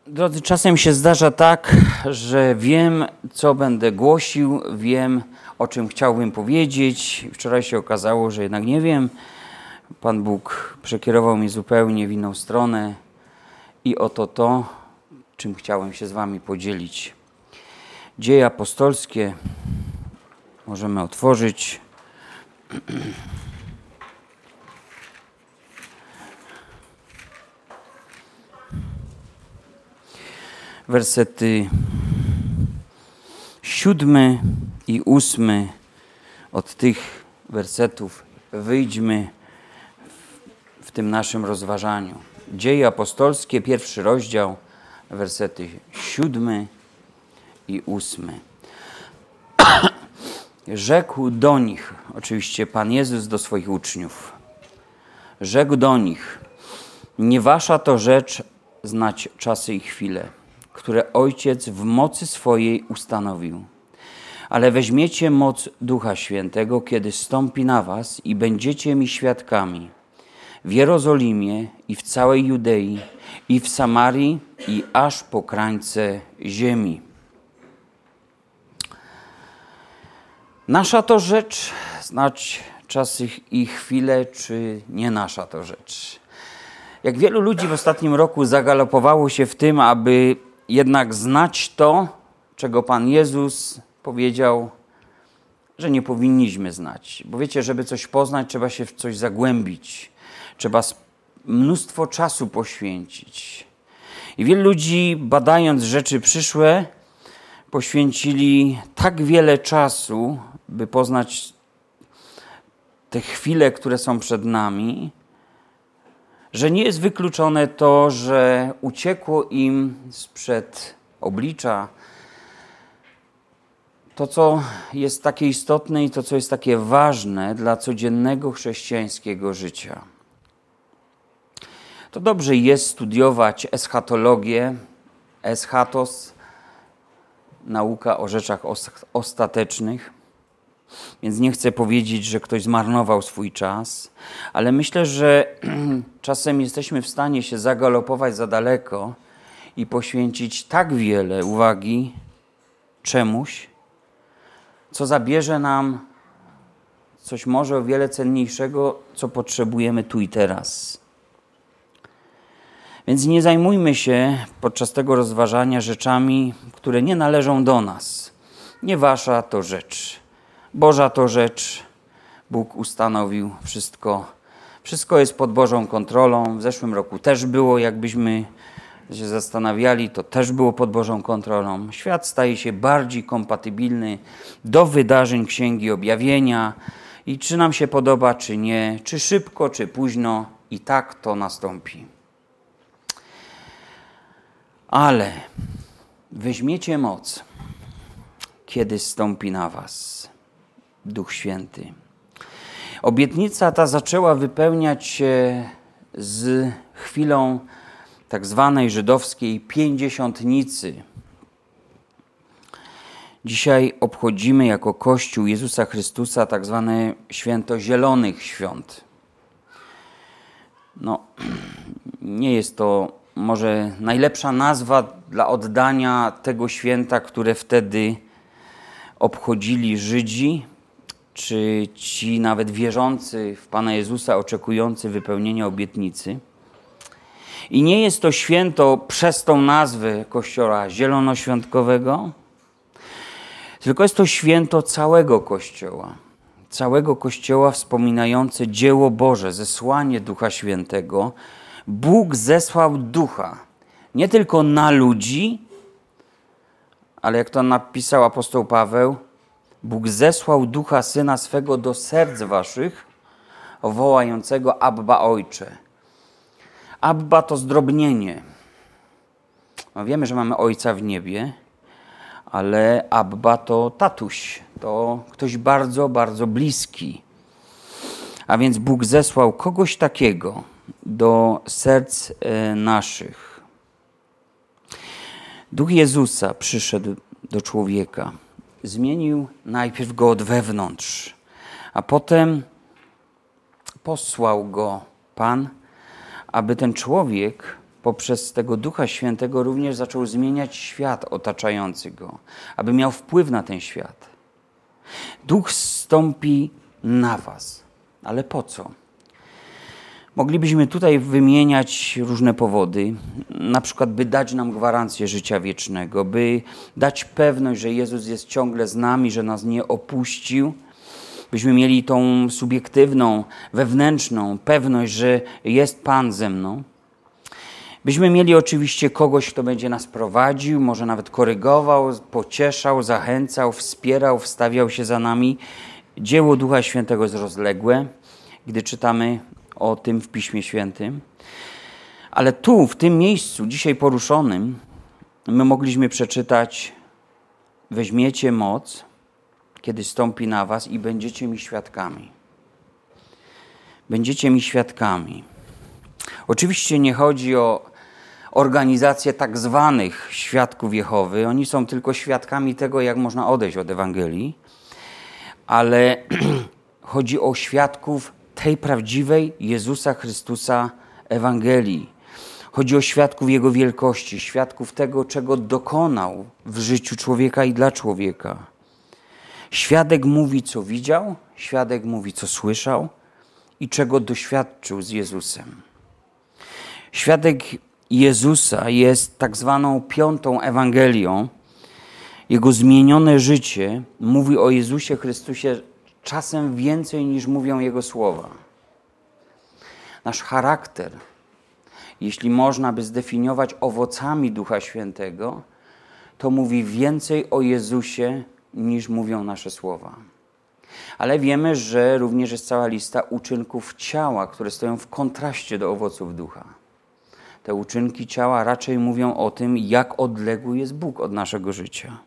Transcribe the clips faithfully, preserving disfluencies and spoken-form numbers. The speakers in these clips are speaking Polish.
Drodzy, czasem się zdarza tak, że wiem, co będę głosił, wiem, o czym chciałbym powiedzieć. Wczoraj się okazało, że jednak nie wiem. Pan Bóg przekierował mnie zupełnie w inną stronę i oto to, czym chciałem się z wami podzielić. Dzieje apostolskie możemy otworzyć. Wersety siódmy i ósmy. Od tych wersetów wyjdźmy w, w tym naszym rozważaniu. Dzieje apostolskie, pierwszy rozdział, wersety siódmy i ósmy. Rzekł do nich, oczywiście Pan Jezus do swoich uczniów, rzekł do nich: nie wasza to rzecz znać czasy i chwile, które Ojciec w mocy swojej ustanowił. Ale weźmiecie moc Ducha Świętego, kiedy stąpi na was i będziecie mi świadkami w Jerozolimie i w całej Judei i w Samarii i aż po krańce ziemi. Nasza to rzecz znać czasy i chwile, czy nie nasza to rzecz? Jak wielu ludzi w ostatnim roku zagalopowało się w tym, aby jednak znać to, czego Pan Jezus powiedział, że nie powinniśmy znać. Bo wiecie, żeby coś poznać, trzeba się w coś zagłębić. Trzeba mnóstwo czasu poświęcić. I wielu ludzi, badając rzeczy przyszłe, poświęcili tak wiele czasu, by poznać te chwile, które są przed nami, że nie jest wykluczone to, że uciekło im sprzed oblicza to, co jest takie istotne i to, co jest takie ważne dla codziennego chrześcijańskiego życia. To dobrze jest studiować eschatologię, eschatos, nauka o rzeczach ostatecznych, więc nie chcę powiedzieć, że ktoś zmarnował swój czas, ale myślę, że czasem jesteśmy w stanie się zagalopować za daleko i poświęcić tak wiele uwagi czemuś, co zabierze nam coś może o wiele cenniejszego, co potrzebujemy tu i teraz. Więc nie zajmujmy się podczas tego rozważania rzeczami, które nie należą do nas. Nie wasza to rzecz. Boża to rzecz. Bóg ustanowił wszystko. Wszystko jest pod Bożą kontrolą. W zeszłym roku też było, jakbyśmy się zastanawiali, to też było pod Bożą kontrolą. Świat staje się bardziej kompatybilny do wydarzeń Księgi Objawienia i czy nam się podoba, czy nie, czy szybko, czy późno, i tak to nastąpi. Ale weźmiecie moc, kiedy zstąpi na was Duch Święty. Obietnica ta zaczęła wypełniać się z chwilą tak zwanej żydowskiej pięćdziesiątnicy. Dzisiaj obchodzimy jako Kościół Jezusa Chrystusa tak zwane święto Zielonych Świąt. No, nie jest to może najlepsza nazwa dla oddania tego święta, które wtedy obchodzili Żydzi, czy ci nawet wierzący w Pana Jezusa, oczekujący wypełnienia obietnicy. I nie jest to święto przez tą nazwę Kościoła Zielonoświątkowego, tylko jest to święto całego Kościoła. Całego Kościoła wspominające dzieło Boże, zesłanie Ducha Świętego. Bóg zesłał Ducha nie tylko na ludzi, ale jak to napisał apostoł Paweł, Bóg zesłał Ducha Syna swego do serc waszych, wołającego Abba Ojcze. Abba to zdrobnienie. No wiemy, że mamy Ojca w niebie, ale Abba to tatuś, to ktoś bardzo, bardzo bliski. A więc Bóg zesłał kogoś takiego do serc naszych. Duch Jezusa przyszedł do człowieka. Zmienił najpierw go od wewnątrz, a potem posłał go Pan, aby ten człowiek poprzez tego Ducha Świętego również zaczął zmieniać świat otaczający Go, aby miał wpływ na ten świat. Duch zstąpi na was. Ale po co? Moglibyśmy tutaj wymieniać różne powody, na przykład by dać nam gwarancję życia wiecznego, by dać pewność, że Jezus jest ciągle z nami, że nas nie opuścił, byśmy mieli tą subiektywną, wewnętrzną pewność, że jest Pan ze mną. Byśmy mieli oczywiście kogoś, kto będzie nas prowadził, może nawet korygował, pocieszał, zachęcał, wspierał, wstawiał się za nami. Dzieło Ducha Świętego jest rozległe, gdy czytamy o tym w Piśmie Świętym. Ale tu, w tym miejscu, dzisiaj poruszonym, my mogliśmy przeczytać: weźmiecie moc, kiedy stąpi na was i będziecie mi świadkami. Będziecie mi świadkami. Oczywiście nie chodzi o organizację tak zwanych świadków Jehowy. Oni są tylko świadkami tego, jak można odejść od Ewangelii. Ale chodzi o świadków tej prawdziwej Jezusa Chrystusa Ewangelii. Chodzi o świadków Jego wielkości, świadków tego, czego dokonał w życiu człowieka i dla człowieka. Świadek mówi, co widział, świadek mówi, co słyszał i czego doświadczył z Jezusem. Świadek Jezusa jest tak zwaną piątą Ewangelią. Jego zmienione życie mówi o Jezusie Chrystusie czasem więcej niż mówią Jego słowa. Nasz charakter, jeśli można by zdefiniować owocami Ducha Świętego, to mówi więcej o Jezusie niż mówią nasze słowa. Ale wiemy, że również jest cała lista uczynków ciała, które stoją w kontraście do owoców Ducha. Te uczynki ciała raczej mówią o tym, jak odległy jest Bóg od naszego życia.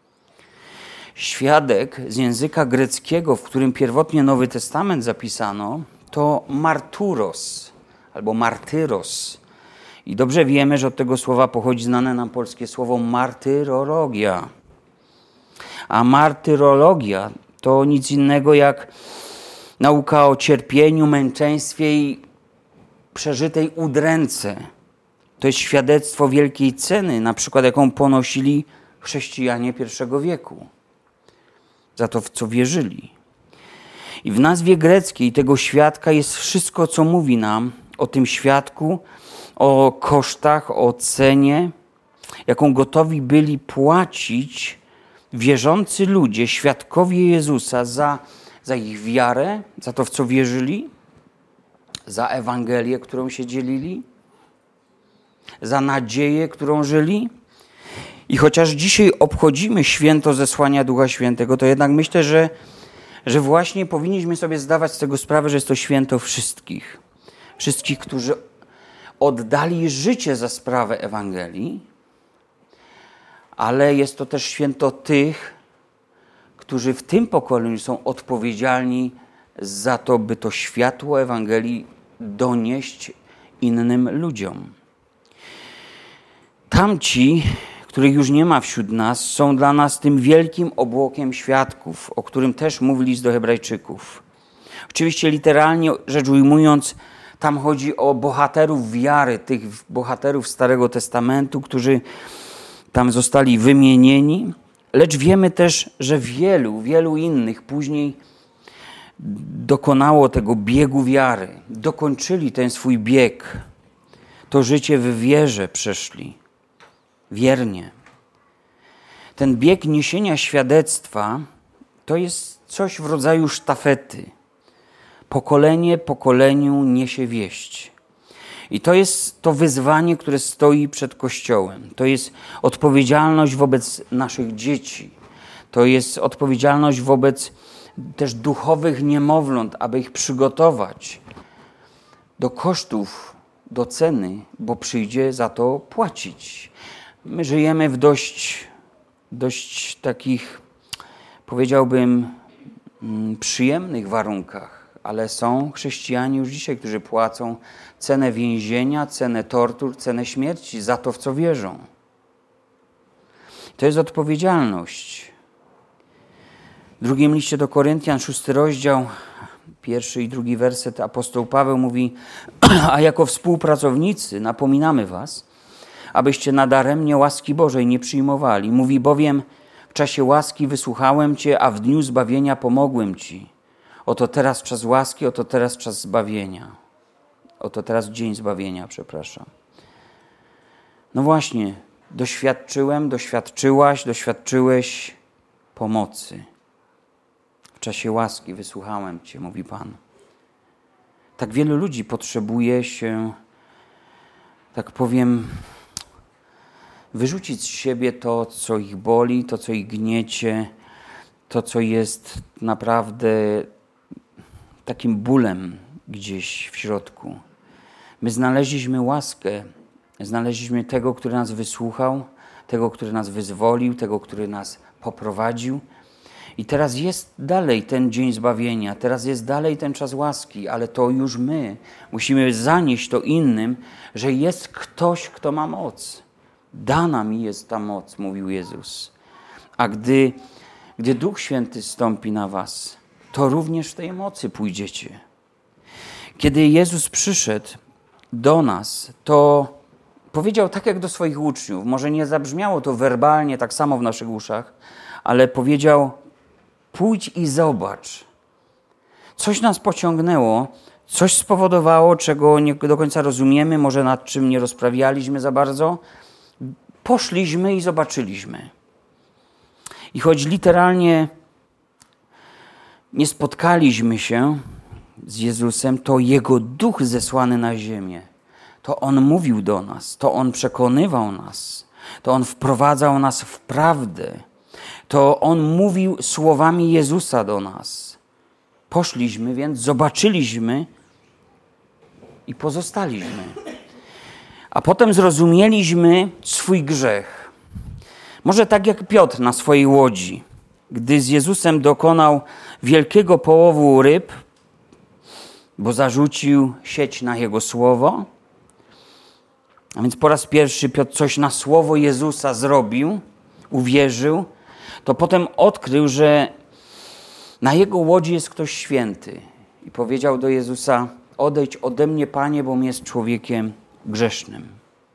Świadek z języka greckiego, w którym pierwotnie Nowy Testament zapisano, to marturos albo martyros. I dobrze wiemy, że od tego słowa pochodzi znane nam polskie słowo martyrologia. A martyrologia to nic innego jak nauka o cierpieniu, męczeństwie i przeżytej udręce. To jest świadectwo wielkiej ceny, na przykład jaką ponosili chrześcijanie pierwszego wieku. Za to, w co wierzyli. I w nazwie greckiej tego świadka jest wszystko, co mówi nam o tym świadku, o kosztach, o cenie, jaką gotowi byli płacić wierzący ludzie, świadkowie Jezusa za, za ich wiarę, za to, w co wierzyli, za Ewangelię, którą się dzielili, za nadzieję, którą żyli. I chociaż dzisiaj obchodzimy święto zesłania Ducha Świętego, to jednak myślę, że, że właśnie powinniśmy sobie zdawać z tego sprawę, że jest to święto wszystkich. Wszystkich, którzy oddali życie za sprawę Ewangelii, ale jest to też święto tych, którzy w tym pokoleniu są odpowiedzialni za to, by to światło Ewangelii donieść innym ludziom. Tamci, których już nie ma wśród nas, są dla nas tym wielkim obłokiem świadków, o którym też mówi list do Hebrajczyków. Oczywiście literalnie rzecz ujmując, tam chodzi o bohaterów wiary, tych bohaterów Starego Testamentu, którzy tam zostali wymienieni, lecz wiemy też, że wielu, wielu innych później dokonało tego biegu wiary, dokończyli ten swój bieg, to życie w wierze przeszli. Wiernie. Ten bieg niesienia świadectwa to jest coś w rodzaju sztafety. Pokolenie pokoleniu niesie wieść. I to jest to wyzwanie, które stoi przed Kościołem. To jest odpowiedzialność wobec naszych dzieci. To jest odpowiedzialność wobec też duchowych niemowląt, aby ich przygotować do kosztów, do ceny, bo przyjdzie za to płacić. My żyjemy w dość, dość takich, powiedziałbym, przyjemnych warunkach, ale są chrześcijanie już dzisiaj, którzy płacą cenę więzienia, cenę tortur, cenę śmierci za to, w co wierzą. To jest odpowiedzialność. W drugim liście do Koryntian, szósty rozdział, pierwszy i drugi werset, apostoł Paweł mówi: a jako współpracownicy napominamy was, abyście nadaremnie łaski Bożej nie przyjmowali. Mówi bowiem: w czasie łaski wysłuchałem cię, a w dniu zbawienia pomogłem ci. Oto teraz czas łaski, oto teraz czas zbawienia. Oto teraz dzień zbawienia, przepraszam. No właśnie, doświadczyłem, doświadczyłaś, doświadczyłeś pomocy. W czasie łaski wysłuchałem cię, mówi Pan. Tak wielu ludzi potrzebuje się, tak powiem, wyrzucić z siebie to, co ich boli, to, co ich gniecie, to, co jest naprawdę takim bólem gdzieś w środku. My znaleźliśmy łaskę, znaleźliśmy tego, który nas wysłuchał, tego, który nas wyzwolił, tego, który nas poprowadził. I teraz jest dalej ten dzień zbawienia, teraz jest dalej ten czas łaski, ale to już my musimy zanieść to innym, że jest ktoś, kto ma moc. Dana mi jest ta moc, mówił Jezus. A gdy, gdy Duch Święty stąpi na was, to również w tej mocy pójdziecie. Kiedy Jezus przyszedł do nas, to powiedział tak jak do swoich uczniów. Może nie zabrzmiało to werbalnie tak samo w naszych uszach, ale powiedział: pójdź i zobacz. Coś nas pociągnęło, coś spowodowało, czego nie do końca rozumiemy, może nad czym nie rozprawialiśmy za bardzo. Poszliśmy i zobaczyliśmy. I choć literalnie nie spotkaliśmy się z Jezusem, to Jego Duch zesłany na ziemię, to On mówił do nas, to On przekonywał nas, to On wprowadzał nas w prawdę, to On mówił słowami Jezusa do nas. Poszliśmy więc, zobaczyliśmy i pozostaliśmy. A potem zrozumieliśmy swój grzech. Może tak jak Piotr na swojej łodzi, gdy z Jezusem dokonał wielkiego połowu ryb, bo zarzucił sieć na Jego słowo. A więc po raz pierwszy Piotr coś na słowo Jezusa zrobił, uwierzył, to potem odkrył, że na jego łodzi jest ktoś święty. I powiedział do Jezusa: odejdź ode mnie, Panie, bo jest człowiekiem grzesznym.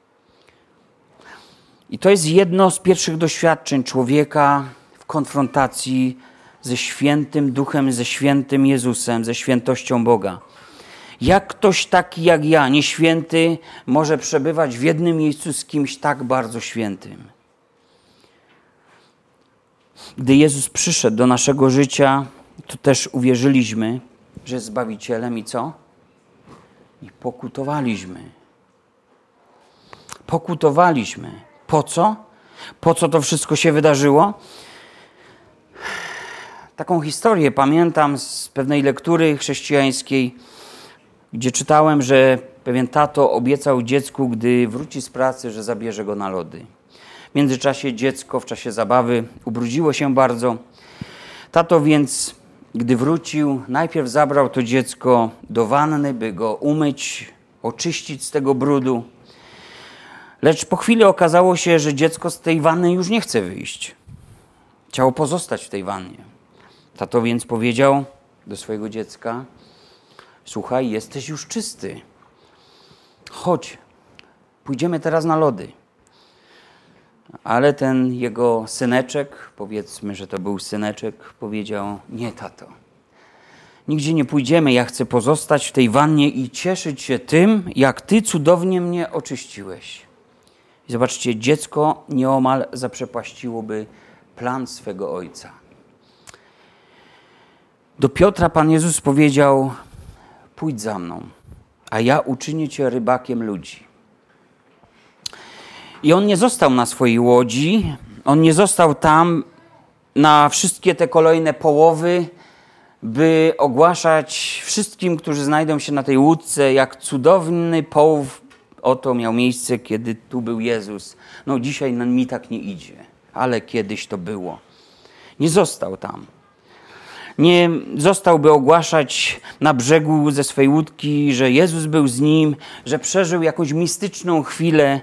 I to jest jedno z pierwszych doświadczeń człowieka w konfrontacji ze świętym Duchem, ze świętym Jezusem, ze świętością Boga. Jak ktoś taki jak ja, nieświęty, może przebywać w jednym miejscu z kimś tak bardzo świętym? Gdy Jezus przyszedł do naszego życia, to też uwierzyliśmy, że jest Zbawicielem i co? I pokutowaliśmy. Pokutowaliśmy. Po co? Po co to wszystko się wydarzyło? Taką historię pamiętam z pewnej lektury chrześcijańskiej, gdzie czytałem, że pewien tato obiecał dziecku, gdy wróci z pracy, że zabierze go na lody. W międzyczasie dziecko w czasie zabawy ubrudziło się bardzo. Tato więc, gdy wrócił, najpierw zabrał to dziecko do wanny, by go umyć, oczyścić z tego brudu. Lecz po chwili okazało się, że dziecko z tej wanny już nie chce wyjść. Chciało pozostać w tej wannie. Tato więc powiedział do swojego dziecka: słuchaj, jesteś już czysty. Chodź, pójdziemy teraz na lody. Ale ten jego syneczek, powiedzmy, że to był syneczek, powiedział: nie, tato, nigdzie nie pójdziemy, ja chcę pozostać w tej wannie i cieszyć się tym, jak ty cudownie mnie oczyściłeś. I zobaczcie, dziecko nieomal zaprzepaściłoby plan swego ojca. Do Piotra Pan Jezus powiedział: pójdź za mną, a ja uczynię cię rybakiem ludzi. I on nie został na swojej łodzi, on nie został tam na wszystkie te kolejne połowy, by ogłaszać wszystkim, którzy znajdą się na tej łódce, jak cudowny połów oto miał miejsce, kiedy tu był Jezus. No dzisiaj mi tak nie idzie, ale kiedyś to było. Nie został tam. Nie został, by ogłaszać na brzegu ze swej łódki, że Jezus był z nim, że przeżył jakąś mistyczną chwilę.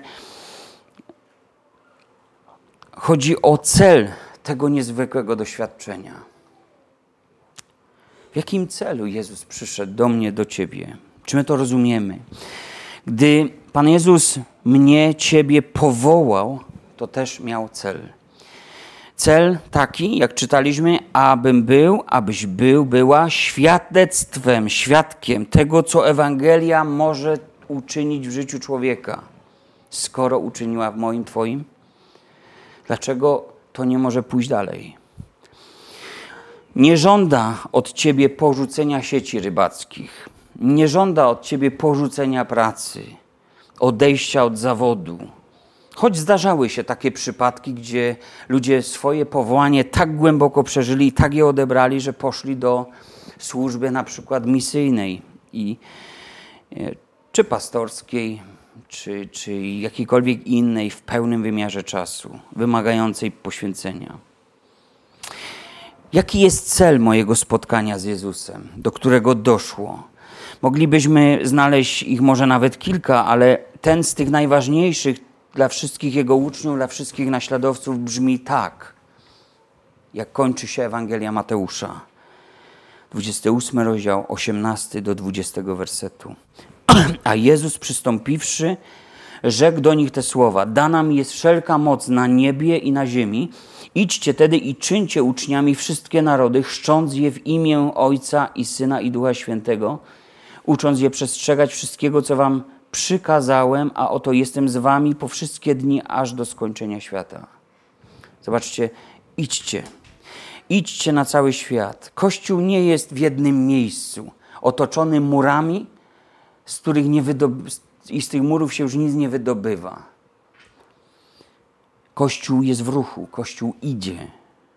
Chodzi o cel tego niezwykłego doświadczenia. W jakim celu Jezus przyszedł do mnie, do ciebie? Czy my to rozumiemy? Gdy Pan Jezus mnie, ciebie powołał, to też miał cel. Cel taki, jak czytaliśmy, abym był, abyś był, była świadectwem, świadkiem tego, co Ewangelia może uczynić w życiu człowieka. Skoro uczyniła w moim, twoim, dlaczego to nie może pójść dalej? Nie żąda od ciebie porzucenia sieci rybackich. Nie żąda od ciebie porzucenia pracy, odejścia od zawodu. Choć zdarzały się takie przypadki, gdzie ludzie swoje powołanie tak głęboko przeżyli i tak je odebrali, że poszli do służby na przykład misyjnej i czy pastorskiej, czy, czy jakiejkolwiek innej w pełnym wymiarze czasu, wymagającej poświęcenia. Jaki jest cel mojego spotkania z Jezusem, do którego doszło? Moglibyśmy znaleźć ich może nawet kilka, ale ten z tych najważniejszych dla wszystkich Jego uczniów, dla wszystkich naśladowców brzmi tak, jak kończy się Ewangelia Mateusza. dwudziesty ósmy rozdział, osiemnasty do dwudziestego wersetu. A Jezus przystąpiwszy, rzekł do nich te słowa: dana mi jest wszelka moc na niebie i na ziemi. Idźcie tedy i czyńcie uczniami wszystkie narody, chrzcząc je w imię Ojca i Syna i Ducha Świętego, ucząc je przestrzegać wszystkiego, co wam przykazałem, a oto jestem z wami po wszystkie dni, aż do skończenia świata. Zobaczcie, idźcie. Idźcie na cały świat. Kościół nie jest w jednym miejscu, otoczony murami, z których nie wydob- i z tych murów się już nic nie wydobywa. Kościół jest w ruchu, Kościół idzie.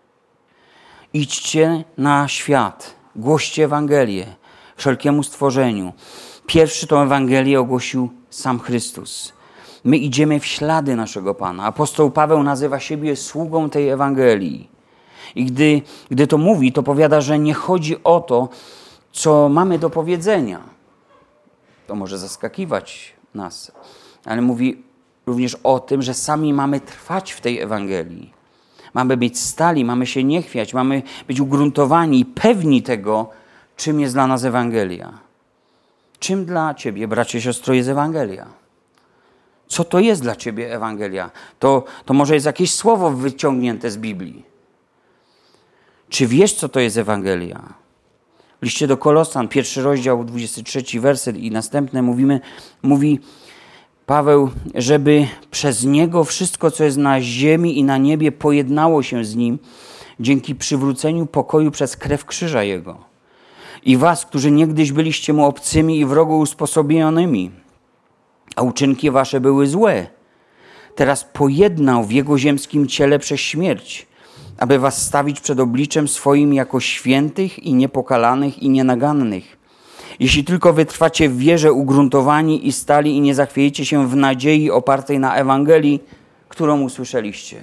Idźcie na świat, głoście Ewangelię wszelkiemu stworzeniu. Pierwszy tą Ewangelię ogłosił sam Chrystus. My idziemy w ślady naszego Pana. Apostoł Paweł nazywa siebie sługą tej Ewangelii. I gdy, gdy to mówi, to powiada, że nie chodzi o to, co mamy do powiedzenia. To może zaskakiwać nas, ale mówi również o tym, że sami mamy trwać w tej Ewangelii. Mamy być stali, mamy się nie chwiać, mamy być ugruntowani i pewni tego, czym jest dla nas Ewangelia. Czym dla ciebie, bracie i siostro, jest Ewangelia? Co to jest dla ciebie Ewangelia? To, to może jest jakieś słowo wyciągnięte z Biblii. Czy wiesz, co to jest Ewangelia? W liście do Kolosan, pierwszy rozdział, dwudziesty trzeci werset i następne mówimy, mówi Paweł, żeby przez Niego wszystko, co jest na ziemi i na niebie, pojednało się z Nim dzięki przywróceniu pokoju przez krew krzyża Jego. I was, którzy niegdyś byliście Mu obcymi i wrogo usposobionymi, a uczynki wasze były złe, teraz pojednał w Jego ziemskim ciele przez śmierć, aby was stawić przed obliczem swoim jako świętych i niepokalanych i nienagannych. Jeśli tylko wytrwacie w wierze ugruntowani i stali i nie zachwiejecie się w nadziei opartej na Ewangelii, którą usłyszeliście.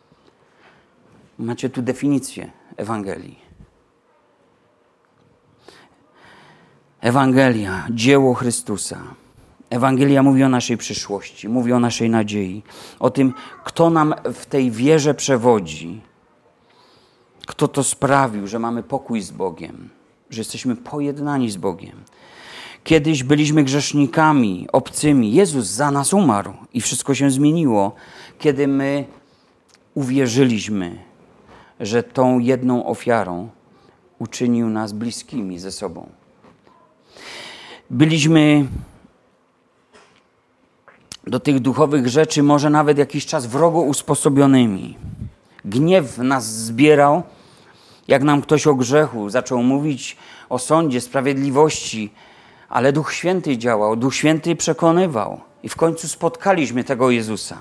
Macie tu definicję Ewangelii. Ewangelia, dzieło Chrystusa. Ewangelia mówi o naszej przyszłości, mówi o naszej nadziei, o tym, kto nam w tej wierze przewodzi, kto to sprawił, że mamy pokój z Bogiem, że jesteśmy pojednani z Bogiem. Kiedyś byliśmy grzesznikami, obcymi. Jezus za nas umarł i wszystko się zmieniło, kiedy my uwierzyliśmy, że tą jedną ofiarą uczynił nas bliskimi ze sobą. Byliśmy do tych duchowych rzeczy może nawet jakiś czas wrogo usposobionymi. Gniew nas zbierał, jak nam ktoś o grzechu zaczął mówić o sądzie, sprawiedliwości, ale Duch Święty działał, Duch Święty przekonywał i w końcu spotkaliśmy tego Jezusa.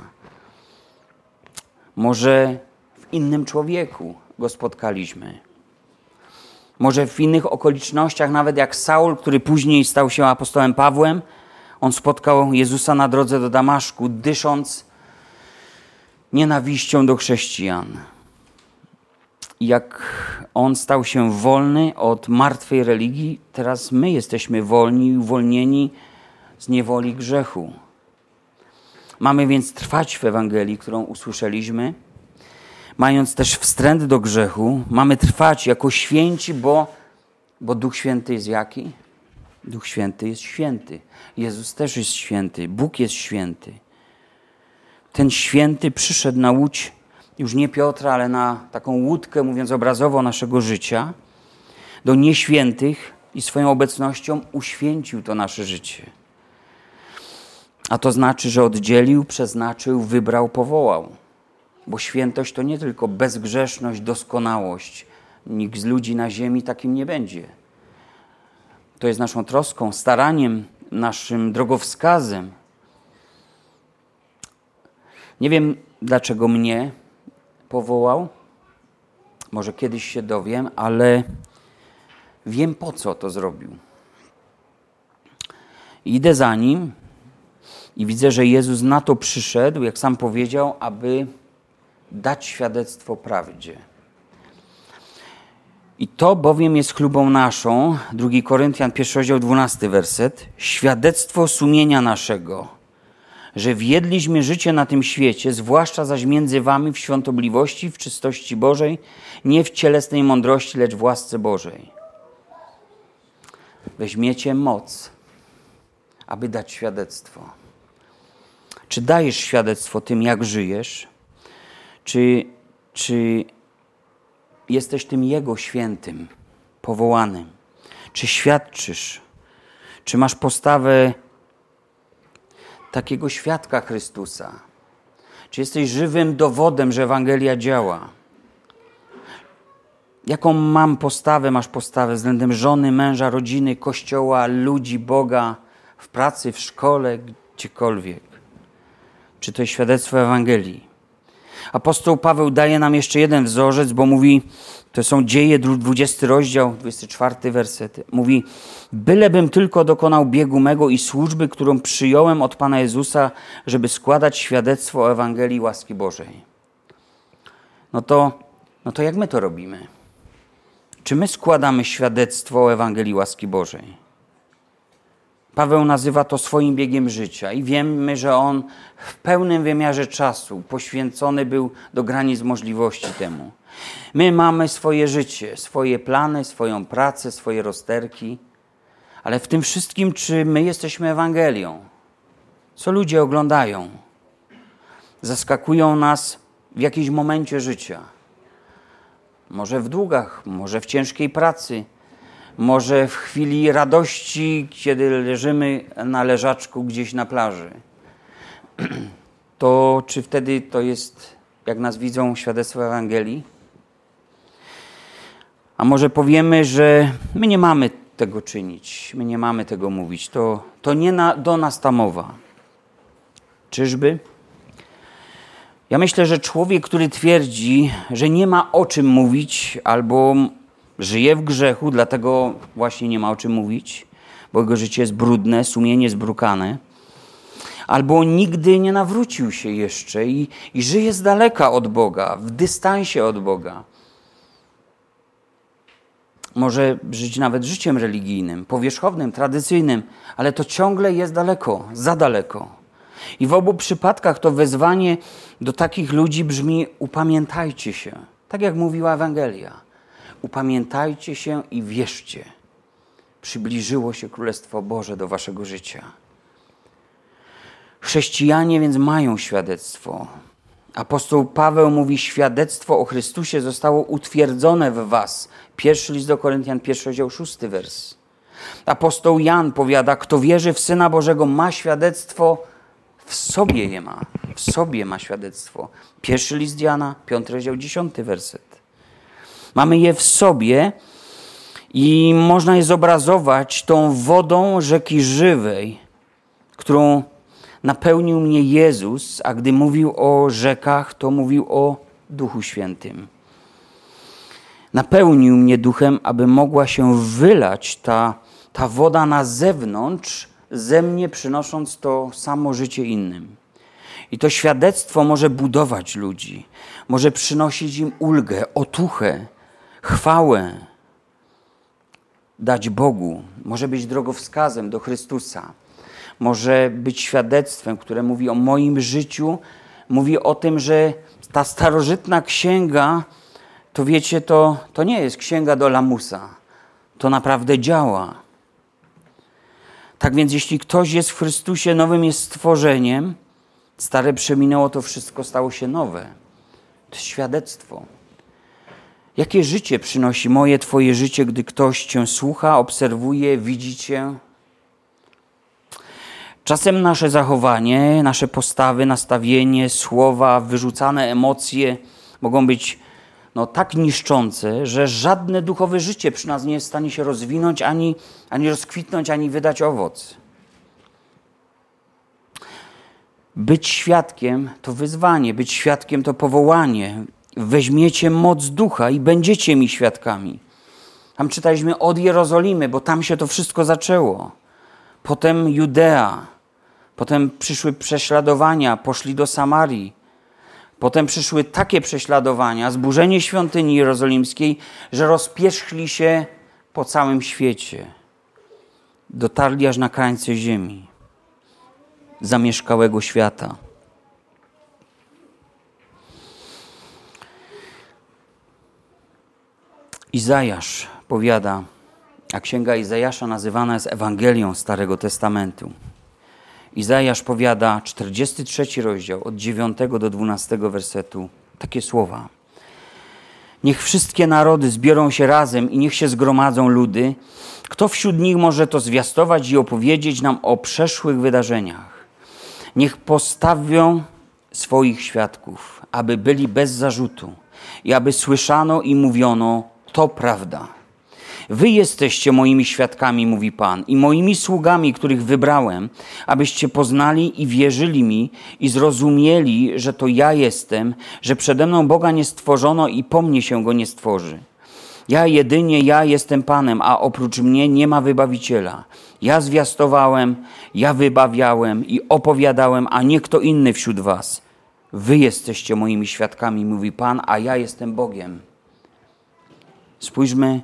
Może w innym człowieku Go spotkaliśmy. Może w innych okolicznościach, nawet jak Saul, który później stał się apostołem Pawłem, on spotkał Jezusa na drodze do Damaszku, dysząc nienawiścią do chrześcijan. Jak on stał się wolny od martwej religii, teraz my jesteśmy wolni i uwolnieni z niewoli grzechu. Mamy więc trwać w Ewangelii, którą usłyszeliśmy, mając też wstręt do grzechu. Mamy trwać jako święci, bo Bo Duch Święty jest jaki? Duch Święty jest święty. Jezus też jest święty. Bóg jest święty. Ten święty przyszedł na łódź, już nie Piotra, ale na taką łódkę, mówiąc obrazowo, naszego życia, do nieświętych i swoją obecnością uświęcił to nasze życie. A to znaczy, że oddzielił, przeznaczył, wybrał, powołał. Bo świętość to nie tylko bezgrzeszność, doskonałość. Nikt z ludzi na ziemi takim nie będzie. To jest naszą troską, staraniem, naszym drogowskazem. Nie wiem, dlaczego mnie powołał. Może kiedyś się dowiem, ale wiem, po co to zrobił. Idę za nim i widzę, że Jezus na to przyszedł, jak sam powiedział, aby dać świadectwo prawdzie. I to bowiem jest chlubą naszą, drugi Koryntian, pierwszy rozdział, dwunasty werset, świadectwo sumienia naszego, że wiedliśmy życie na tym świecie, zwłaszcza zaś między wami w świątobliwości, w czystości Bożej, nie w cielesnej mądrości, lecz w łasce Bożej. Weźmiecie moc, aby dać świadectwo. Czy dajesz świadectwo tym, jak żyjesz? Czy, czy jesteś tym Jego świętym, powołanym? Czy świadczysz? Czy masz postawę takiego świadka Chrystusa? Czy jesteś żywym dowodem, że Ewangelia działa? Jaką mam postawę, masz postawę względem żony, męża, rodziny, Kościoła, ludzi, Boga, w pracy, w szkole, gdziekolwiek? Czy to jest świadectwo Ewangelii? Apostoł Paweł daje nam jeszcze jeden wzorzec, bo mówi, to są Dzieje, dwudziesty rozdział, dwudziesty czwarty werset. Mówi, bylebym tylko dokonał biegu mego i służby, którą przyjąłem od Pana Jezusa, żeby składać świadectwo o Ewangelii łaski Bożej. No to, no to jak my to robimy? Czy my składamy świadectwo o Ewangelii łaski Bożej? Paweł nazywa to swoim biegiem życia i wiemy, że on w pełnym wymiarze czasu poświęcony był do granic możliwości temu. My mamy swoje życie, swoje plany, swoją pracę, swoje rozterki, ale w tym wszystkim, czy my jesteśmy Ewangelią? Co ludzie oglądają? Zaskakują nas w jakimś momencie życia. Może w długach, może w ciężkiej pracy, może w chwili radości, kiedy leżymy na leżaczku gdzieś na plaży. To czy wtedy to jest, jak nas widzą, świadectwo Ewangelii? A może powiemy, że my nie mamy tego czynić, my nie mamy tego mówić. To, to nie na, do nas ta mowa. Czyżby? Ja myślę, że człowiek, który twierdzi, że nie ma o czym mówić albo żyje w grzechu, dlatego właśnie nie ma o czym mówić, bo jego życie jest brudne, sumienie zbrukane, albo nigdy nie nawrócił się jeszcze i, i żyje z daleka od Boga, w dystansie od Boga. Może żyć nawet życiem religijnym, powierzchownym, tradycyjnym, ale to ciągle jest daleko, za daleko. I w obu przypadkach to wezwanie do takich ludzi brzmi: upamiętajcie się, tak jak mówiła Ewangelia. Upamiętajcie się i wierzcie. Przybliżyło się Królestwo Boże do waszego życia. Chrześcijanie więc mają świadectwo. Apostoł Paweł mówi, świadectwo o Chrystusie zostało utwierdzone w was. Pierwszy list do Koryntian, pierwszy rozdział, szósty wers. Apostoł Jan powiada, kto wierzy w Syna Bożego ma świadectwo, w sobie je ma. W sobie ma świadectwo. Pierwszy list Jana, piąty rozdział, dziesiąty werset. Mamy je w sobie i można je zobrazować tą wodą rzeki żywej, którą napełnił mnie Jezus, a gdy mówił o rzekach, to mówił o Duchu Świętym. Napełnił mnie duchem, aby mogła się wylać ta, ta woda na zewnątrz, ze mnie przynosząc to samo życie innym. I to świadectwo może budować ludzi, może przynosić im ulgę, otuchę, chwałę, dać Bogu, może być drogowskazem do Chrystusa, może być świadectwem, które mówi o moim życiu, mówi o tym, że ta starożytna księga, to wiecie, to, to nie jest księga do lamusa, to naprawdę działa. Tak więc jeśli ktoś jest w Chrystusie, nowym jest stworzeniem, stare przeminęło, to wszystko stało się nowe. To jest świadectwo. Jakie życie przynosi moje, twoje życie, gdy ktoś cię słucha, obserwuje, widzi cię? Czasem nasze zachowanie, nasze postawy, nastawienie, słowa, wyrzucane emocje mogą być no, tak niszczące, że żadne duchowe życie przy nas nie jest w stanie się rozwinąć, ani, ani rozkwitnąć, ani wydać owoc. Być świadkiem to wyzwanie, być świadkiem to powołanie. Weźmiecie moc ducha i będziecie mi świadkami. Tam czytaliśmy od Jerozolimy, bo tam się to wszystko zaczęło. Potem Judea, potem przyszły prześladowania, poszli do Samarii. Potem przyszły takie prześladowania, zburzenie świątyni jerozolimskiej, że rozpierzchli się po całym świecie. Dotarli aż na krańce ziemi, zamieszkałego świata. Izajasz powiada, a księga Izajasza nazywana jest Ewangelią Starego Testamentu. Izajasz powiada, czterdziesty trzeci rozdział, od dziewiątego do dwunastego wersetu, takie słowa. Niech wszystkie narody zbiorą się razem i niech się zgromadzą ludy. Kto wśród nich może to zwiastować i opowiedzieć nam o przeszłych wydarzeniach? Niech postawią swoich świadków, aby byli bez zarzutu i aby słyszano i mówiono, to prawda. Wy jesteście moimi świadkami, mówi Pan, i moimi sługami, których wybrałem, abyście poznali i wierzyli mi i zrozumieli, że to ja jestem, że przede mną Boga nie stworzono i po mnie się Go nie stworzy. Ja jedynie, ja jestem Panem, a oprócz mnie nie ma wybawiciela. Ja zwiastowałem, ja wybawiałem i opowiadałem, a nie kto inny wśród was. Wy jesteście moimi świadkami, mówi Pan, a ja jestem Bogiem. Spójrzmy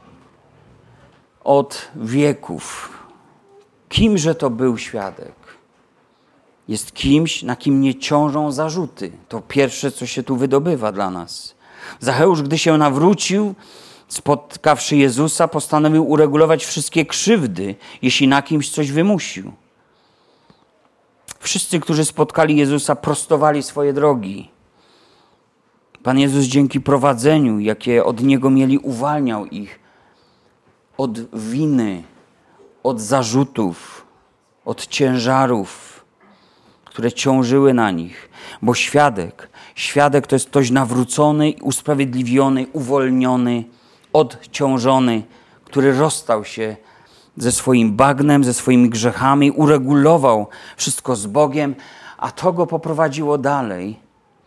od wieków. Kimże to był świadek? Jest kimś, na kim nie ciążą zarzuty. To pierwsze, co się tu wydobywa dla nas. Zacheusz, gdy się nawrócił, spotkawszy Jezusa, postanowił uregulować wszystkie krzywdy, jeśli na kimś coś wymusił. Wszyscy, którzy spotkali Jezusa, prostowali swoje drogi. Pan Jezus dzięki prowadzeniu, jakie od Niego mieli, uwalniał ich od winy, od zarzutów, od ciężarów, które ciążyły na nich. Bo świadek, świadek to jest ktoś nawrócony, usprawiedliwiony, uwolniony, odciążony, który rozstał się ze swoim bagnem, ze swoimi grzechami, uregulował wszystko z Bogiem, a to go poprowadziło dalej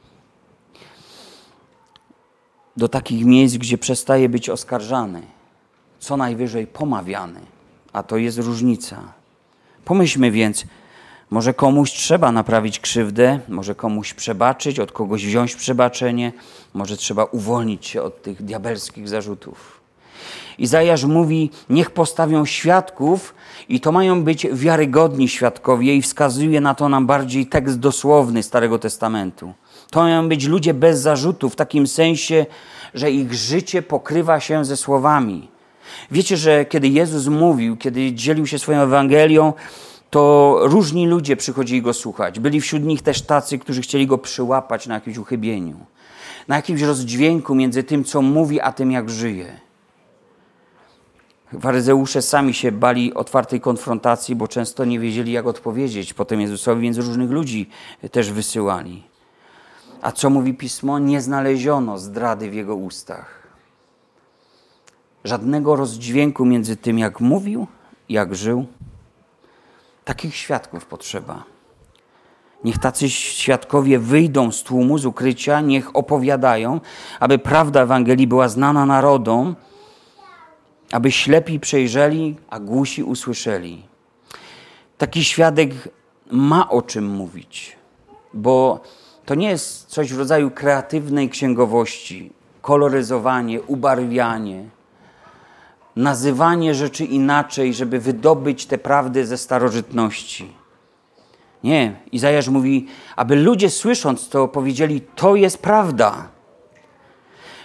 do takich miejsc, gdzie przestaje być oskarżany, co najwyżej pomawiany, a to jest różnica. Pomyślmy więc, może komuś trzeba naprawić krzywdę, może komuś przebaczyć, od kogoś wziąć przebaczenie, może trzeba uwolnić się od tych diabelskich zarzutów. Izajasz mówi, niech postawią świadków i to mają być wiarygodni świadkowie i wskazuje na to nam bardziej tekst dosłowny Starego Testamentu. To mają być ludzie bez zarzutu w takim sensie, że ich życie pokrywa się ze słowami. Wiecie, że kiedy Jezus mówił, kiedy dzielił się swoją Ewangelią, to różni ludzie przychodzili Go słuchać. Byli wśród nich też tacy, którzy chcieli Go przyłapać na jakimś uchybieniu, na jakimś rozdźwięku między tym, co mówi, a tym, jak żyje. Faryzeusze sami się bali otwartej konfrontacji, bo często nie wiedzieli, jak odpowiedzieć potem Jezusowi, więc różnych ludzi też wysyłali. A co mówi Pismo? Nie znaleziono zdrady w Jego ustach. Żadnego rozdźwięku między tym, jak mówił, jak żył. Takich świadków potrzeba. Niech tacy świadkowie wyjdą z tłumu, z ukrycia, niech opowiadają, aby prawda Ewangelii była znana narodom, aby ślepi przejrzeli, a głusi usłyszeli. Taki świadek ma o czym mówić, bo to nie jest coś w rodzaju kreatywnej księgowości, koloryzowanie, ubarwianie, nazywanie rzeczy inaczej, żeby wydobyć te prawdy ze starożytności. Nie, Izajasz mówi, aby ludzie słysząc to powiedzieli, to jest prawda.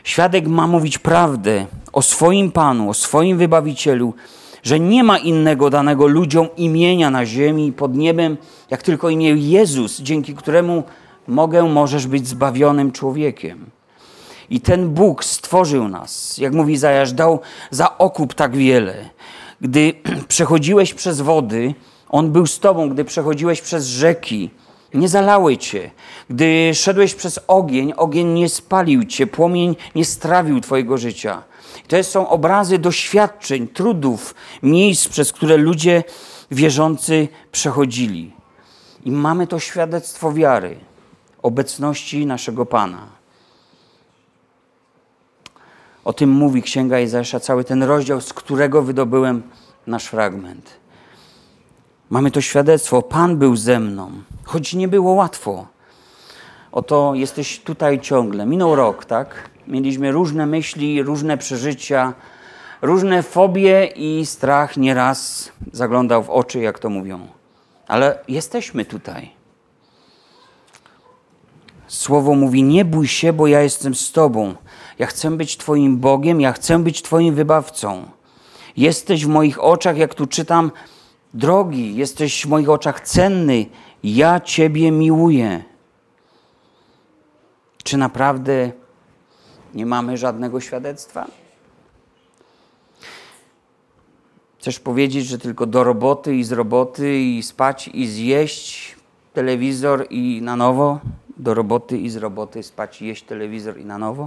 Świadek ma mówić prawdę o swoim Panu, o swoim Wybawicielu, że nie ma innego danego ludziom imienia na ziemi i pod niebem, jak tylko imię Jezus, dzięki któremu mogę, możesz być zbawionym człowiekiem. I ten Bóg stworzył nas, jak mówi Izajasz, dał za okup tak wiele. Gdy przechodziłeś przez wody, On był z tobą. Gdy przechodziłeś przez rzeki, nie zalały cię. Gdy szedłeś przez ogień, ogień nie spalił cię, płomień nie strawił twojego życia. To są obrazy doświadczeń, trudów, miejsc, przez które ludzie wierzący przechodzili. I mamy to świadectwo wiary, obecności naszego Pana. O tym mówi Księga Izajasza, cały ten rozdział, z którego wydobyłem nasz fragment. Mamy to świadectwo, Pan był ze mną, choć nie było łatwo. Oto jesteś tutaj ciągle. Minął rok, tak? Mieliśmy różne myśli, różne przeżycia, różne fobie i strach nieraz zaglądał w oczy, jak to mówią. Ale jesteśmy tutaj. Słowo mówi, nie bój się, bo ja jestem z tobą. Ja chcę być twoim Bogiem, ja chcę być twoim wybawcą. Jesteś w moich oczach, jak tu czytam, drogi, jesteś w moich oczach cenny. Ja ciebie miłuję. Czy naprawdę nie mamy żadnego świadectwa? Chcesz powiedzieć, że tylko do roboty i z roboty i spać i zjeść telewizor i na nowo? Do roboty i z roboty spać i jeść telewizor i na nowo?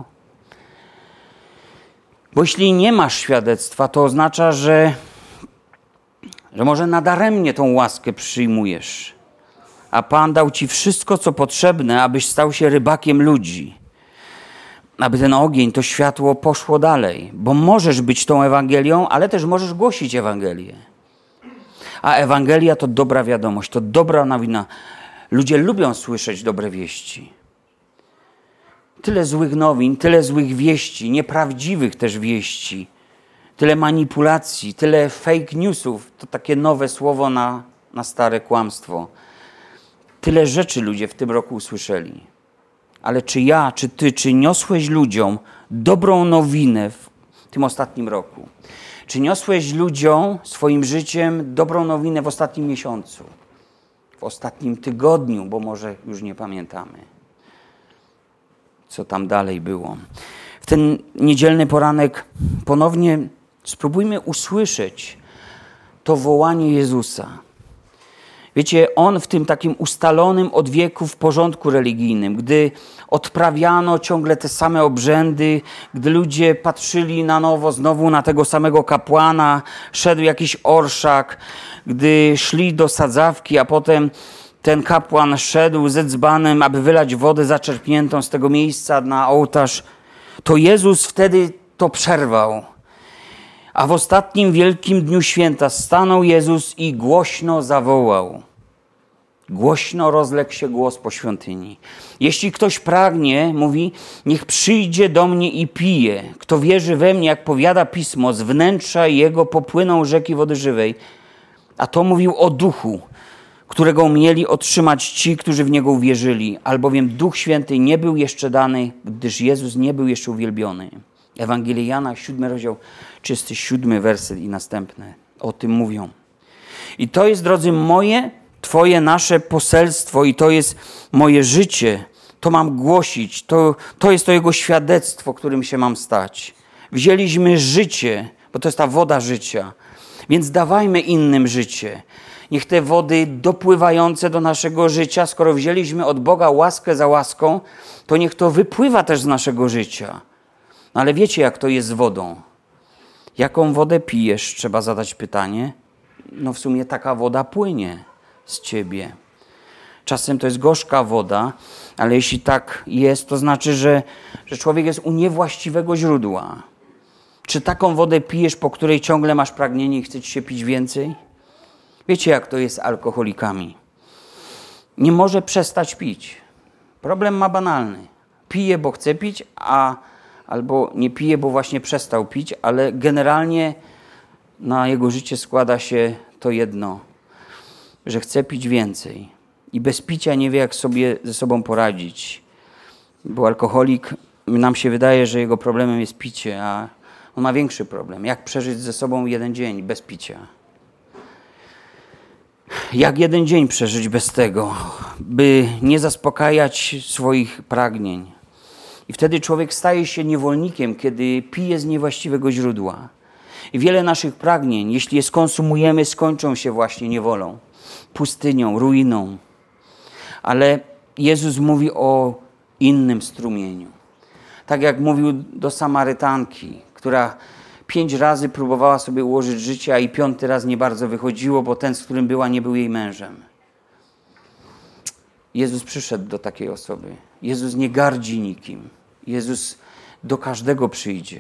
Bo jeśli nie masz świadectwa, to oznacza, że, że może nadaremnie tą łaskę przyjmujesz. A Pan dał ci wszystko, co potrzebne, abyś stał się rybakiem ludzi. Aby ten ogień, to światło poszło dalej. Bo możesz być tą Ewangelią, ale też możesz głosić Ewangelię. A Ewangelia to dobra wiadomość, to dobra nowina. Ludzie lubią słyszeć dobre wieści. Tyle złych nowin, tyle złych wieści, nieprawdziwych też wieści. Tyle manipulacji, tyle fake newsów. To takie nowe słowo na, na stare kłamstwo. Tyle rzeczy ludzie w tym roku usłyszeli. Ale czy ja, czy ty, czy niosłeś ludziom dobrą nowinę w tym ostatnim roku? Czy niosłeś ludziom swoim życiem dobrą nowinę w ostatnim miesiącu? W ostatnim tygodniu, bo może już nie pamiętamy, co tam dalej było. W ten niedzielny poranek ponownie spróbujmy usłyszeć to wołanie Jezusa. Wiecie, On w tym takim ustalonym od wieków porządku religijnym, gdy odprawiano ciągle te same obrzędy, gdy ludzie patrzyli na nowo znowu na tego samego kapłana, szedł jakiś orszak, gdy szli do sadzawki, a potem ten kapłan szedł ze dzbanem, aby wylać wodę zaczerpniętą z tego miejsca na ołtarz, to Jezus wtedy to przerwał. A w ostatnim wielkim dniu święta stanął Jezus i głośno zawołał. Głośno rozległ się głos po świątyni. Jeśli ktoś pragnie, mówi, niech przyjdzie do mnie i pije. Kto wierzy we mnie, jak powiada Pismo, z wnętrza jego popłyną rzeki wody żywej. A to mówił o duchu, którego mieli otrzymać ci, którzy w niego uwierzyli. Albowiem Duch Święty nie był jeszcze dany, gdyż Jezus nie był jeszcze uwielbiony. Ewangelia Jana, siódmy rozdział, trzydziesty siódmy werset i następne o tym mówią. I to jest, drodzy, moje, twoje, nasze poselstwo i to jest moje życie. To mam głosić. To, to jest to Jego świadectwo, którym się mam stać. Wzięliśmy życie, bo to jest ta woda życia. Więc dawajmy innym życie. Niech te wody dopływające do naszego życia, skoro wzięliśmy od Boga łaskę za łaską, to niech to wypływa też z naszego życia. No ale wiecie, jak to jest z wodą. Jaką wodę pijesz? Trzeba zadać pytanie. No w sumie taka woda płynie z ciebie. Czasem to jest gorzka woda, ale jeśli tak jest, to znaczy, że, że człowiek jest u niewłaściwego źródła. Czy taką wodę pijesz, po której ciągle masz pragnienie i chce ci się pić więcej? Wiecie, jak to jest z alkoholikami. Nie może przestać pić. Problem ma banalny. Pije, bo chce pić, a albo nie pije, bo właśnie przestał pić, ale generalnie na jego życie składa się to jedno, że chce pić więcej i bez picia nie wie, jak sobie ze sobą poradzić. Bo alkoholik nam się wydaje, że jego problemem jest picie, a on ma większy problem. Jak przeżyć ze sobą jeden dzień bez picia? Jak jeden dzień przeżyć bez tego, by nie zaspokajać swoich pragnień? I wtedy człowiek staje się niewolnikiem, kiedy pije z niewłaściwego źródła. I wiele naszych pragnień, jeśli je skonsumujemy, skończą się właśnie niewolą, pustynią, ruiną. Ale Jezus mówi o innym strumieniu. Tak jak mówił do Samarytanki, która pięć razy próbowała sobie ułożyć życie, a i piąty raz nie bardzo wychodziło, bo ten, z którym była, nie był jej mężem. Jezus przyszedł do takiej osoby. Jezus nie gardzi nikim. Jezus do każdego przyjdzie.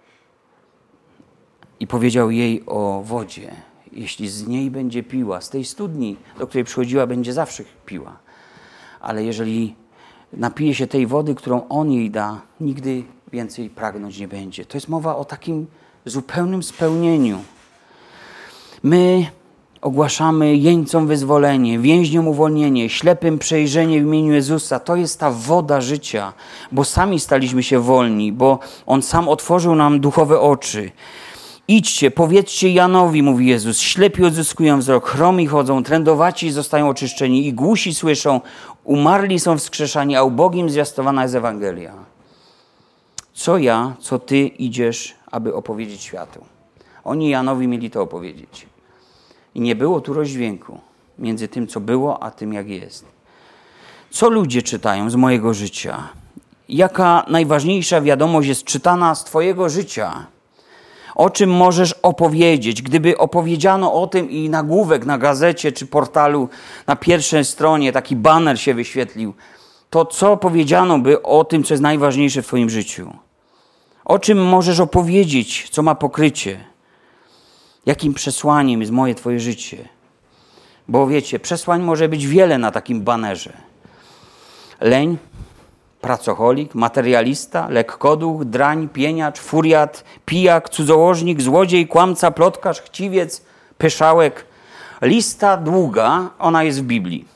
I powiedział jej o wodzie. Jeśli z niej będzie piła, z tej studni, do której przychodziła, będzie zawsze piła. Ale jeżeli napije się tej wody, którą On jej da, nigdy więcej pragnąć nie będzie. To jest mowa o takim zupełnym spełnieniu. My ogłaszamy jeńcom wyzwolenie, więźniom uwolnienie, ślepym przejrzenie w imieniu Jezusa. To jest ta woda życia, bo sami staliśmy się wolni, bo On sam otworzył nam duchowe oczy. Idźcie, powiedzcie Janowi, mówi Jezus, ślepi odzyskują wzrok, chromi chodzą, trędowaci zostają oczyszczeni i głusi słyszą, umarli są wskrzeszani, a ubogim zwiastowana jest Ewangelia. Co ja, co ty idziesz, aby opowiedzieć światu? Oni Janowi mieli to opowiedzieć. I nie było tu rozdźwięku między tym, co było, a tym, jak jest. Co ludzie czytają z mojego życia? Jaka najważniejsza wiadomość jest czytana z twojego życia? O czym możesz opowiedzieć? Gdyby opowiedziano o tym i nagłówek na gazecie czy portalu na pierwszej stronie, taki baner się wyświetlił, to co powiedziano by o tym, co jest najważniejsze w twoim życiu? O czym możesz opowiedzieć, co ma pokrycie? Jakim przesłaniem jest moje twoje życie? Bo wiecie, przesłań może być wiele na takim banerze. Leń, pracocholik, materialista, lekkoduch, drań, pieniacz, furiat, pijak, cudzołożnik, złodziej, kłamca, plotkarz, chciwiec, pyszałek. Lista długa, ona jest w Biblii.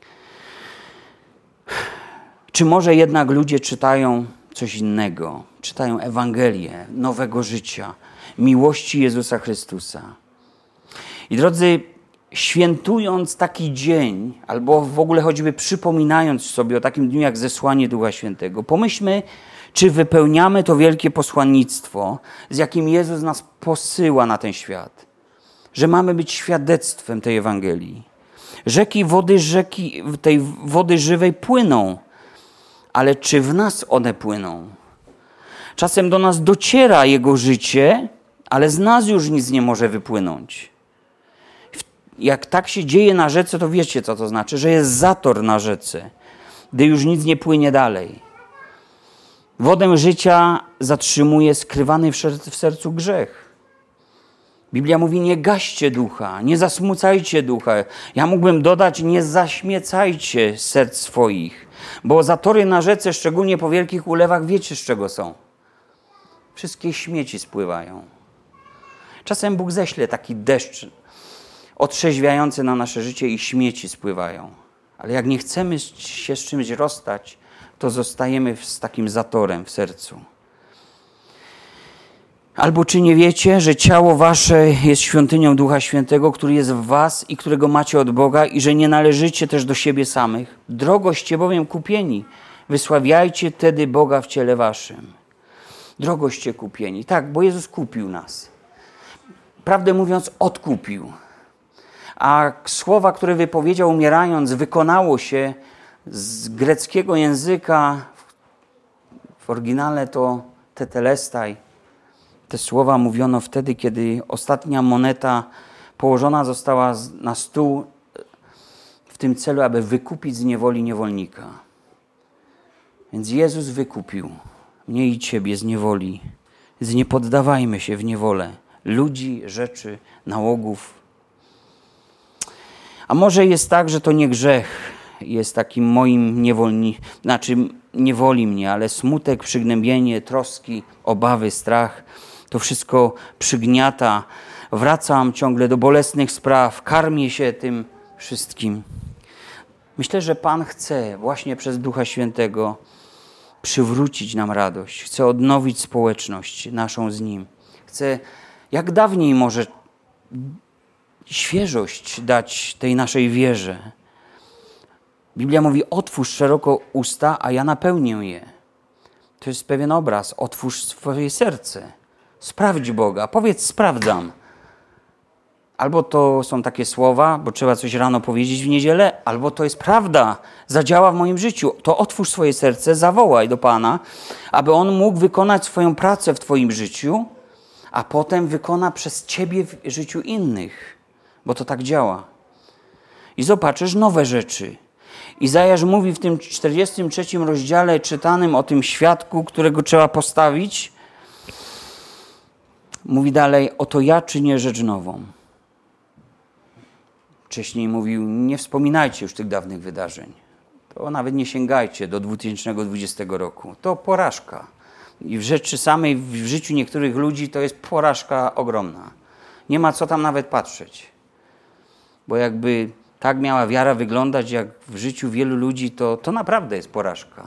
Czy może jednak ludzie czytają coś innego? Czytają Ewangelię nowego życia, miłości Jezusa Chrystusa. I drodzy, świętując taki dzień, albo w ogóle choćby przypominając sobie o takim dniu jak zesłanie Ducha Świętego, pomyślmy, czy wypełniamy to wielkie posłannictwo, z jakim Jezus nas posyła na ten świat. Że mamy być świadectwem tej Ewangelii. Rzeki wody, rzeki tej wody żywej płyną, ale czy w nas one płyną? Czasem do nas dociera Jego życie, ale z nas już nic nie może wypłynąć. Jak tak się dzieje na rzece, to wiecie, co to znaczy, że jest zator na rzece, gdy już nic nie płynie dalej. Wodę życia zatrzymuje skrywany w sercu grzech. Biblia mówi, nie gaście ducha, nie zasmucajcie ducha. Ja mógłbym dodać, nie zaśmiecajcie serc swoich, bo zatory na rzece, szczególnie po wielkich ulewach, wiecie, z czego są. Wszystkie śmieci spływają. Czasem Bóg ześle taki deszcz otrzeźwiający na nasze życie i śmieci spływają. Ale jak nie chcemy się z czymś rozstać, to zostajemy z takim zatorem w sercu. Albo czy nie wiecie, że ciało wasze jest świątynią Ducha Świętego, który jest w was i którego macie od Boga i że nie należycie też do siebie samych? Drogoście bowiem kupieni. Wysławiajcie tedy Boga w ciele waszym. Drogoście kupieni. Tak, bo Jezus kupił nas. Prawdę mówiąc, odkupił. A słowa, które wypowiedział umierając, wykonało się z greckiego języka. W oryginale to tetelestai. Te słowa mówiono wtedy, kiedy ostatnia moneta położona została na stół w tym celu, aby wykupić z niewoli niewolnika. Więc Jezus wykupił mnie i ciebie z niewoli. Więc nie poddawajmy się w niewolę ludzi, rzeczy, nałogów. A może jest tak, że to nie grzech jest takim moim niewolni, znaczy niewoli mnie, ale smutek, przygnębienie, troski, obawy, strach, to wszystko przygniata. Wracam ciągle do bolesnych spraw, karmię się tym wszystkim. Myślę, że Pan chce właśnie przez Ducha Świętego przywrócić nam radość, chce odnowić społeczność naszą z Nim. Chce jak dawniej może świeżość dać tej naszej wierze. Biblia mówi, otwórz szeroko usta, a ja napełnię je. To jest pewien obraz. Otwórz swoje serce. Sprawdź Boga. Powiedz, sprawdzam. Albo to są takie słowa, bo trzeba coś rano powiedzieć w niedzielę, albo to jest prawda, zadziała w moim życiu. To otwórz swoje serce, zawołaj do Pana, aby On mógł wykonać swoją pracę w twoim życiu, a potem wykona przez ciebie w życiu innych, bo to tak działa. I zobaczysz nowe rzeczy. Izajasz mówi w tym czterdziestym trzecim rozdziale czytanym o tym świadku, którego trzeba postawić. Mówi dalej, oto ja czynię rzecz nową. Wcześniej mówił, nie wspominajcie już tych dawnych wydarzeń. To nawet nie sięgajcie do dwa tysiące dwudziestego roku. To porażka. I w rzeczy samej, w życiu niektórych ludzi to jest porażka ogromna. Nie ma co tam nawet patrzeć. Bo jakby tak miała wiara wyglądać, jak w życiu wielu ludzi, to, to naprawdę jest porażka.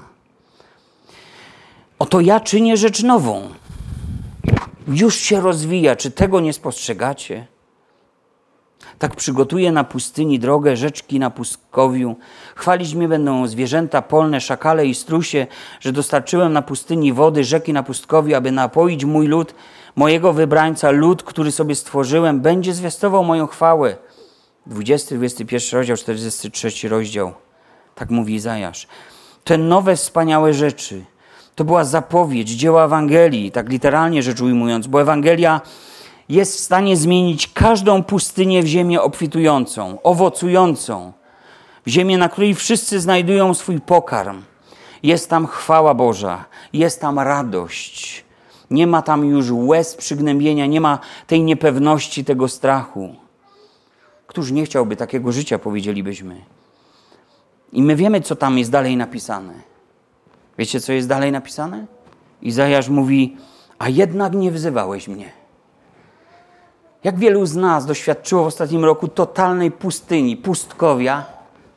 Oto ja czynię rzecz nową. Już się rozwija. Czy tego nie spostrzegacie? Tak przygotuję na pustyni drogę, rzeczki na pustkowiu. Chwalić mnie będą zwierzęta polne, szakale i strusie, że dostarczyłem na pustyni wody, rzeki na pustkowiu, aby napoić mój lud, mojego wybrańca, lud, który sobie stworzyłem, będzie zwiastował moją chwałę. dwudziesty, dwudziesty pierwszy rozdział, czterdziesty trzeci rozdział. Tak mówi Izajasz. Te nowe, wspaniałe rzeczy. To była zapowiedź, dzieła Ewangelii, tak literalnie rzecz ujmując, bo Ewangelia jest w stanie zmienić każdą pustynię w ziemię obfitującą, owocującą, w ziemię, na której wszyscy znajdują swój pokarm. Jest tam chwała Boża, jest tam radość. Nie ma tam już łez przygnębienia, nie ma tej niepewności, tego strachu. Któż nie chciałby takiego życia, powiedzielibyśmy. I my wiemy, co tam jest dalej napisane. Wiecie, co jest dalej napisane? Izajasz mówi, a jednak nie wzywałeś mnie. Jak wielu z nas doświadczyło w ostatnim roku totalnej pustyni, pustkowia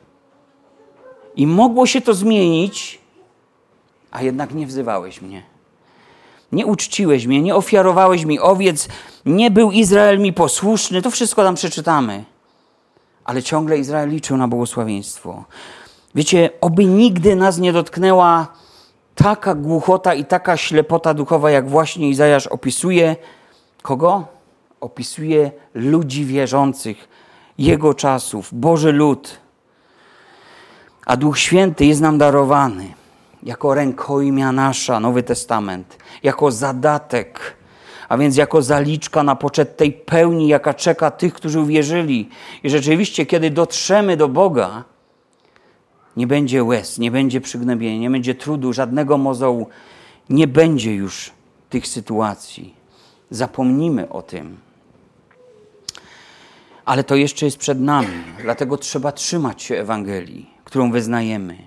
i mogło się to zmienić, a jednak nie wzywałeś mnie. Nie uczciłeś mnie, nie ofiarowałeś mi owiec, nie był Izrael mi posłuszny, to wszystko tam przeczytamy. Ale ciągle Izrael liczył na błogosławieństwo. Wiecie, oby nigdy nas nie dotknęła taka głuchota i taka ślepota duchowa, jak właśnie Izajasz opisuje. Kogo? Opisuje ludzi wierzących, Jego czasów, Boży lud. A Duch Święty jest nam darowany jako rękojmia nasza, Nowy Testament, jako zadatek, a więc jako zaliczka na poczet tej pełni, jaka czeka tych, którzy uwierzyli. I rzeczywiście, kiedy dotrzemy do Boga, nie będzie łez, nie będzie przygnębienia, nie będzie trudu, żadnego mozołu, nie będzie już tych sytuacji. Zapomnimy o tym. Ale to jeszcze jest przed nami, dlatego trzeba trzymać się Ewangelii, którą wyznajemy.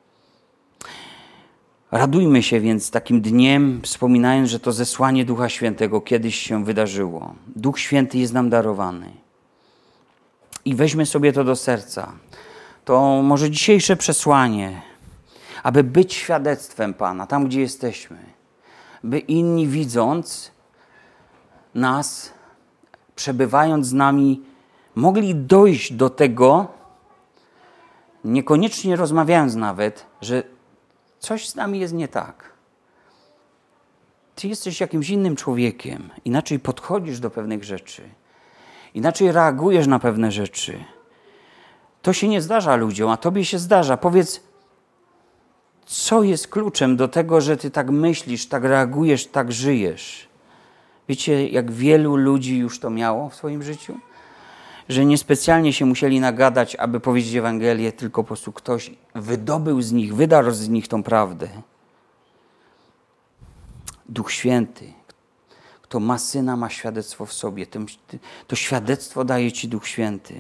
Radujmy się więc takim dniem, wspominając, że to zesłanie Ducha Świętego kiedyś się wydarzyło. Duch Święty jest nam darowany. I weźmy sobie to do serca. To może dzisiejsze przesłanie, aby być świadectwem Pana, tam gdzie jesteśmy. By inni widząc nas, przebywając z nami, mogli dojść do tego, niekoniecznie rozmawiając nawet, że coś z nami jest nie tak. Ty jesteś jakimś innym człowiekiem. Inaczej podchodzisz do pewnych rzeczy. Inaczej reagujesz na pewne rzeczy. To się nie zdarza ludziom, a tobie się zdarza. Powiedz, co jest kluczem do tego, że ty tak myślisz, tak reagujesz, tak żyjesz? Wiecie, jak wielu ludzi już to miało w swoim życiu? Że niespecjalnie się musieli nagadać, aby powiedzieć Ewangelię, tylko po prostu ktoś wydobył z nich, wydarł z nich tą prawdę. Duch Święty, kto ma Syna, ma świadectwo w sobie. To świadectwo daje ci Duch Święty.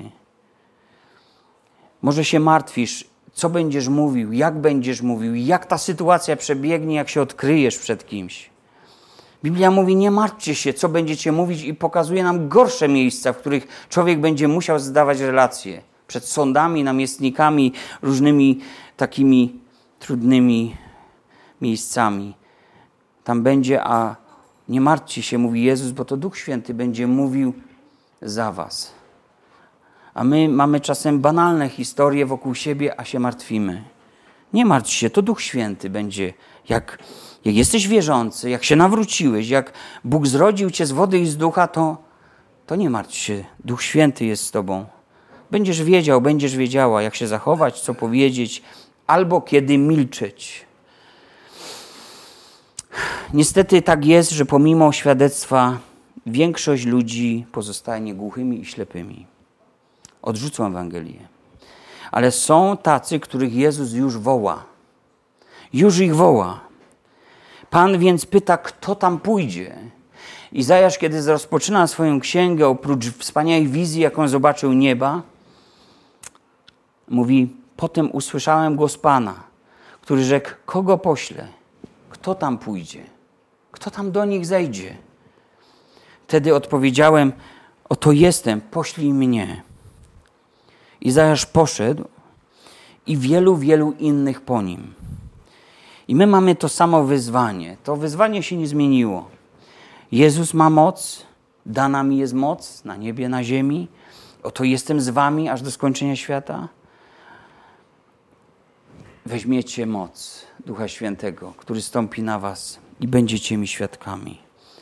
Może się martwisz, co będziesz mówił, jak będziesz mówił, jak ta sytuacja przebiegnie, jak się odkryjesz przed kimś. Biblia mówi, nie martwcie się, co będziecie mówić i pokazuje nam gorsze miejsca, w których człowiek będzie musiał zdawać relacje. Przed sądami, namiestnikami, różnymi takimi trudnymi miejscami. Tam będzie, a nie martwcie się, mówi Jezus, bo to Duch Święty będzie mówił za was. A my mamy czasem banalne historie wokół siebie, a się martwimy. Nie martw się, to Duch Święty będzie. Jak, jak jesteś wierzący, jak się nawróciłeś, jak Bóg zrodził cię z wody i z ducha, to, to nie martw się. Duch Święty jest z tobą. Będziesz wiedział, będziesz wiedziała, jak się zachować, co powiedzieć, albo kiedy milczeć. Niestety tak jest, że pomimo świadectwa większość ludzi pozostaje głuchymi i ślepymi. Odrzucą Ewangelię. Ale są tacy, których Jezus już woła. Już ich woła. Pan więc pyta, kto tam pójdzie. Izajasz, kiedy rozpoczyna swoją księgę, oprócz wspaniałej wizji, jaką zobaczył nieba, mówi, potem usłyszałem głos Pana, który rzekł, kogo poślę? Kto tam pójdzie? Kto tam do nich zejdzie? Wtedy odpowiedziałem, oto jestem, poślij mnie. Izajasz poszedł i wielu, wielu innych po nim. I my mamy to samo wyzwanie. To wyzwanie się nie zmieniło. Jezus ma moc, dana mi jest moc na niebie, na ziemi. Oto jestem z wami aż do skończenia świata. Weźmiecie moc Ducha Świętego, który stąpi na was i będziecie mi świadkami.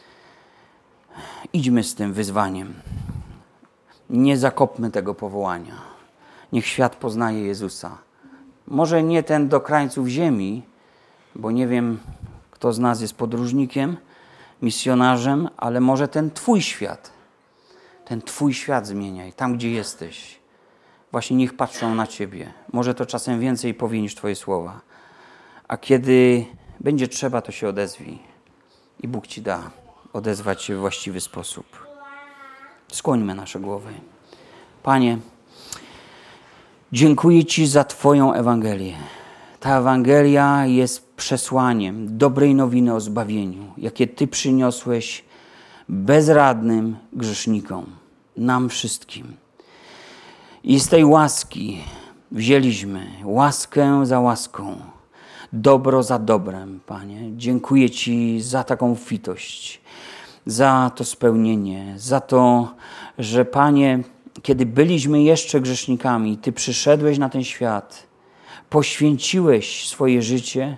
Idźmy z tym wyzwaniem. Nie zakopmy tego powołania. Niech świat poznaje Jezusa. Może nie ten do krańców ziemi, bo nie wiem, kto z nas jest podróżnikiem, misjonarzem, ale może ten twój świat. Ten twój świat zmieniaj, tam gdzie jesteś. Właśnie niech patrzą na ciebie. Może to czasem więcej powie niż twoje słowa. A kiedy będzie trzeba, to się odezwij. I Bóg ci da odezwać się w właściwy sposób. Skłońmy nasze głowy. Panie, dziękuję Ci za Twoją Ewangelię. Ta Ewangelia jest przesłaniem dobrej nowiny o zbawieniu, jakie Ty przyniosłeś bezradnym grzesznikom, nam wszystkim. I z tej łaski wzięliśmy łaskę za łaską, dobro za dobrem, Panie. Dziękuję Ci za taką obfitość, za to spełnienie, za to, że Panie, kiedy byliśmy jeszcze grzesznikami, Ty przyszedłeś na ten świat, poświęciłeś swoje życie,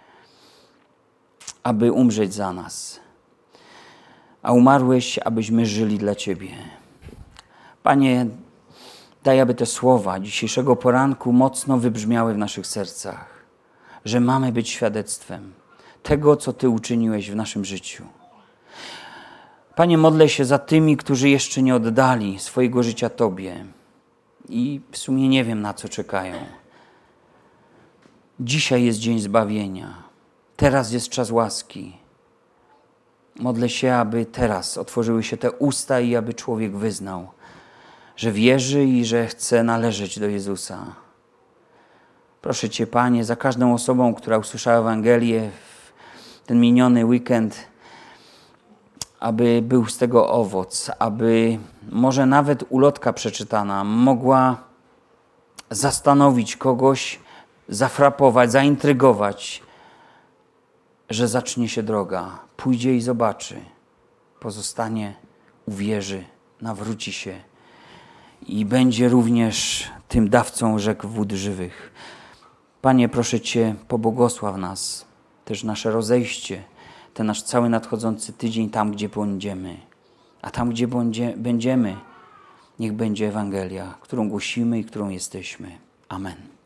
aby umrzeć za nas, a umarłeś, abyśmy żyli dla Ciebie. Panie, daj, aby te słowa dzisiejszego poranku mocno wybrzmiały w naszych sercach, że mamy być świadectwem tego, co Ty uczyniłeś w naszym życiu. Panie, modlę się za tymi, którzy jeszcze nie oddali swojego życia Tobie i w sumie nie wiem, na co czekają. Dzisiaj jest dzień zbawienia. Teraz jest czas łaski. Modlę się, aby teraz otworzyły się te usta i aby człowiek wyznał, że wierzy i że chce należeć do Jezusa. Proszę Cię, Panie, za każdą osobą, która usłyszała Ewangelię w ten miniony weekend, aby był z tego owoc, aby może nawet ulotka przeczytana mogła zastanowić kogoś, zafrapować, zaintrygować, że zacznie się droga, pójdzie i zobaczy, pozostanie, uwierzy, nawróci się i będzie również tym dawcą rzek wód żywych. Panie, proszę Cię, pobłogosław nas, też nasze rozejście, ten nasz cały nadchodzący tydzień tam, gdzie będziemy. A tam, gdzie będziemy, niech będzie Ewangelia, którą głosimy i którą jesteśmy. Amen.